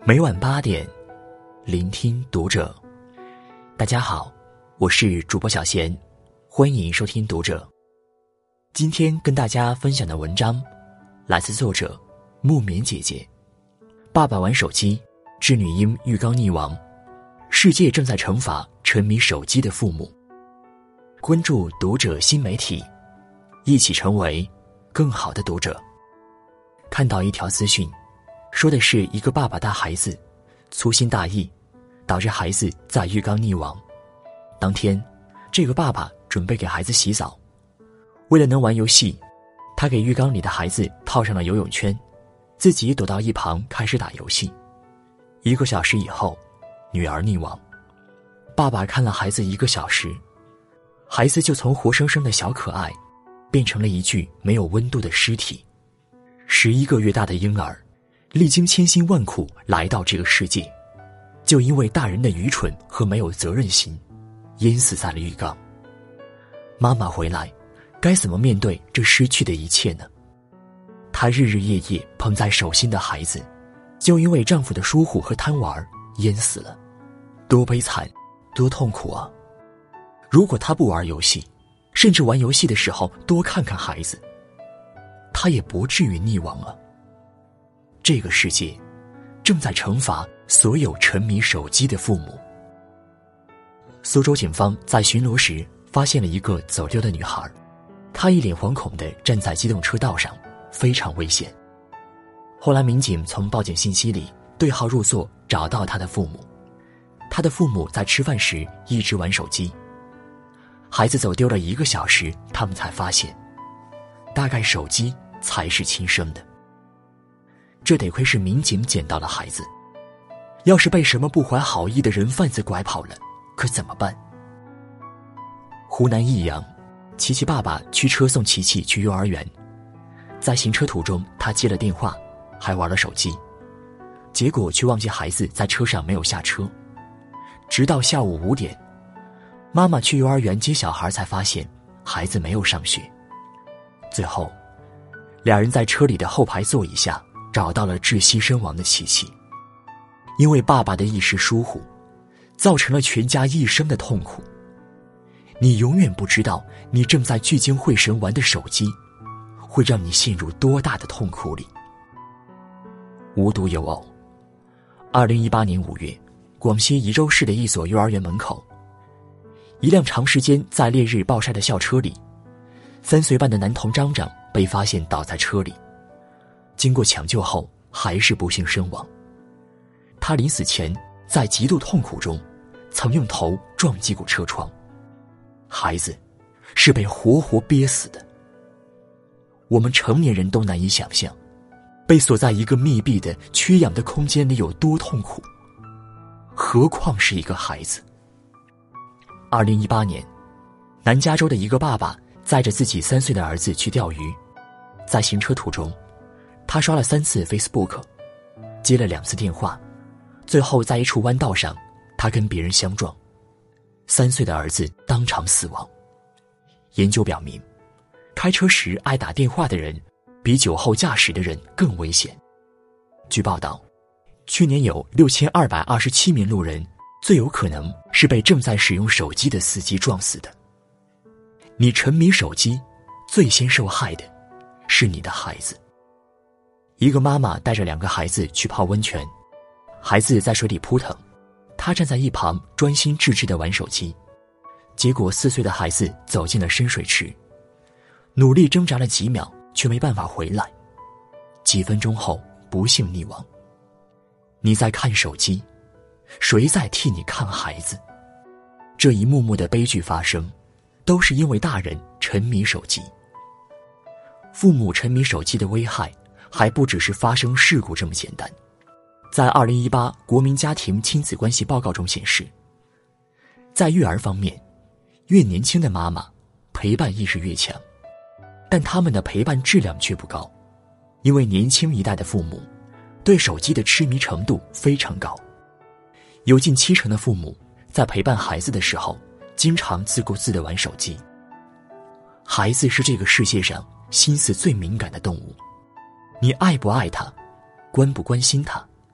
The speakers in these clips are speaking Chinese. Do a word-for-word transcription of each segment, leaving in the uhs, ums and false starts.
每晚八点，聆听读者。大家好，我是主播小贤，欢迎收听读者。今天跟大家分享的文章来自作者木棉姐姐。爸爸玩手机，致女婴浴缸溺亡，世界正在惩罚沉迷手机的父母。关注读者新媒体，一起成为更好的读者。看到一条资讯，说的是一个爸爸带孩子粗心大意，导致孩子在浴缸溺亡。当天，这个爸爸准备给孩子洗澡，为了能玩游戏，他给浴缸里的孩子套上了游泳圈，自己躲到一旁开始打游戏。一个小时以后，女儿溺亡。爸爸看了孩子一个小时，孩子就从活生生的小可爱变成了一具没有温度的尸体。十一个月大的婴儿历经千辛万苦来到这个世界，就因为大人的愚蠢和没有责任心，淹死在了浴缸。妈妈回来，该怎么面对这失去的一切呢？她日日夜夜捧在手心的孩子，就因为丈夫的疏忽和贪玩淹死了，多悲惨，多痛苦啊！如果她不玩游戏，甚至玩游戏的时候多看看孩子，她也不至于溺亡啊。这个世界正在惩罚所有沉迷手机的父母。苏州警方在巡逻时发现了一个走丢的女孩，她一脸惶恐地站在机动车道上，非常危险。后来民警从报警信息里对号入座，找到她的父母。她的父母在吃饭时一直玩手机，孩子走丢了一个小时，他们才发现，大概手机才是亲生的。这得亏是民警捡到了孩子，要是被什么不怀好意的人贩子拐跑了，可怎么办？湖南益阳，琪琪爸爸驱车送琪琪去幼儿园，在行车途中他接了电话，还玩了手机，结果却忘记孩子在车上没有下车。直到下午五点，妈妈去幼儿园接小孩才发现孩子没有上学。最后，两人在车里的后排座椅下找到了窒息身亡的琪琪。因为爸爸的一时疏忽，造成了全家一生的痛苦。你永远不知道你正在聚精会神玩的手机会让你陷入多大的痛苦里。无独有偶，二零一八年五月，广西宜州市的一所幼儿园门口，一辆长时间在烈日暴晒的校车里，三岁半的男童张张被发现倒在车里，经过抢救后还是不幸身亡。他临死前在极度痛苦中曾用头撞击过车窗，孩子是被活活憋死的。我们成年人都难以想象被锁在一个密闭的缺氧的空间里有多痛苦，何况是一个孩子。二零一八年，南加州的一个爸爸载着自己三岁的儿子去钓鱼，在行车途中，他刷了三次 Facebook， 接了两次电话，最后在一处弯道上，他跟别人相撞，三岁的儿子当场死亡。研究表明，开车时爱打电话的人比酒后驾驶的人更危险。据报道，去年有六千二百二十七名路人最有可能是被正在使用手机的司机撞死的。你沉迷手机，最先受害的是你的孩子。一个妈妈带着两个孩子去泡温泉，孩子在水里扑腾，她站在一旁专心致志地玩手机，结果四岁的孩子走进了深水池，努力挣扎了几秒却没办法回来，几分钟后不幸溺亡。你在看手机，谁在替你看孩子？这一幕幕的悲剧发生，都是因为大人沉迷手机。父母沉迷手机的危害还不只是发生事故这么简单。在二零一八国民家庭亲子关系报告中显示，在育儿方面，越年轻的妈妈陪伴意识越强，但他们的陪伴质量却不高，因为年轻一代的父母对手机的痴迷程度非常高，有近七成的父母在陪伴孩子的时候经常自顾自地玩手机。孩子是这个世界上心思最敏感的动物，你爱不爱他，关不关心他，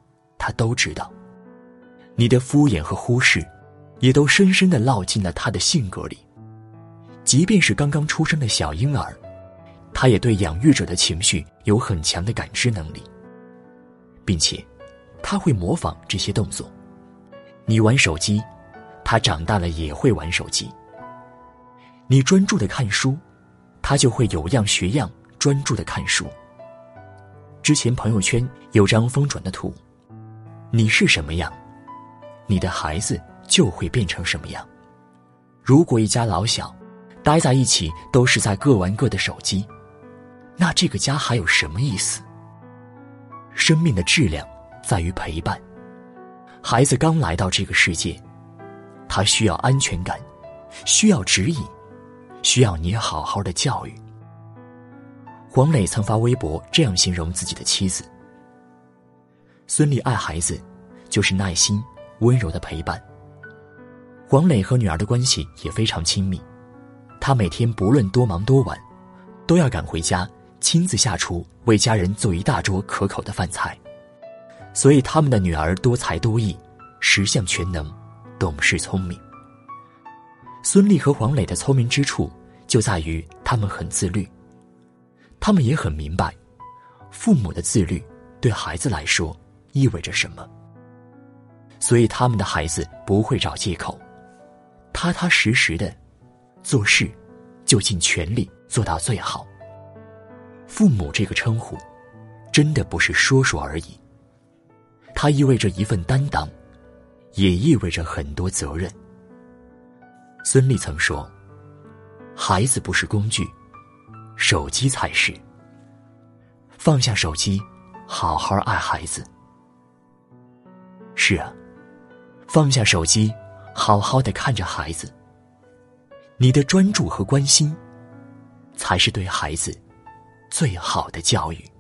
他都知道。你的敷衍和忽视，也都深深地烙进了他的性格里。即便是刚刚出生的小婴儿，他也对养育者的情绪有很强的感知能力，并且他会模仿这些动作。你玩手机，他长大了也会玩手机。你专注地看书，他就会有样学样专注地看书。之前朋友圈有张疯转的图，你是什么样，你的孩子就会变成什么样。如果一家老小待在一起都是在各玩各的手机，那这个家还有什么意思？生命的质量在于陪伴。孩子刚来到这个世界，他需要安全感，需要指引，需要你好好的教育。黄磊曾发微博这样形容自己的妻子：孙俪爱孩子就是耐心温柔的陪伴。黄磊和女儿的关系也非常亲密，他每天不论多忙多晚，都要赶回家亲自下厨为家人做一大桌可口的饭菜。所以他们的女儿多才多艺，十项全能，懂事聪明。孙俪和黄磊的聪明之处就在于他们很自律，他们也很明白父母的自律对孩子来说意味着什么，所以他们的孩子不会找借口，踏踏实实的做事，就尽全力做到最好。父母这个称呼真的不是说说而已，它意味着一份担当，也意味着很多责任。孙俪曾说，孩子不是工具，手机才是。放下手机，好好爱孩子。是啊，放下手机，好好的看着孩子。你的专注和关心，才是对孩子最好的教育。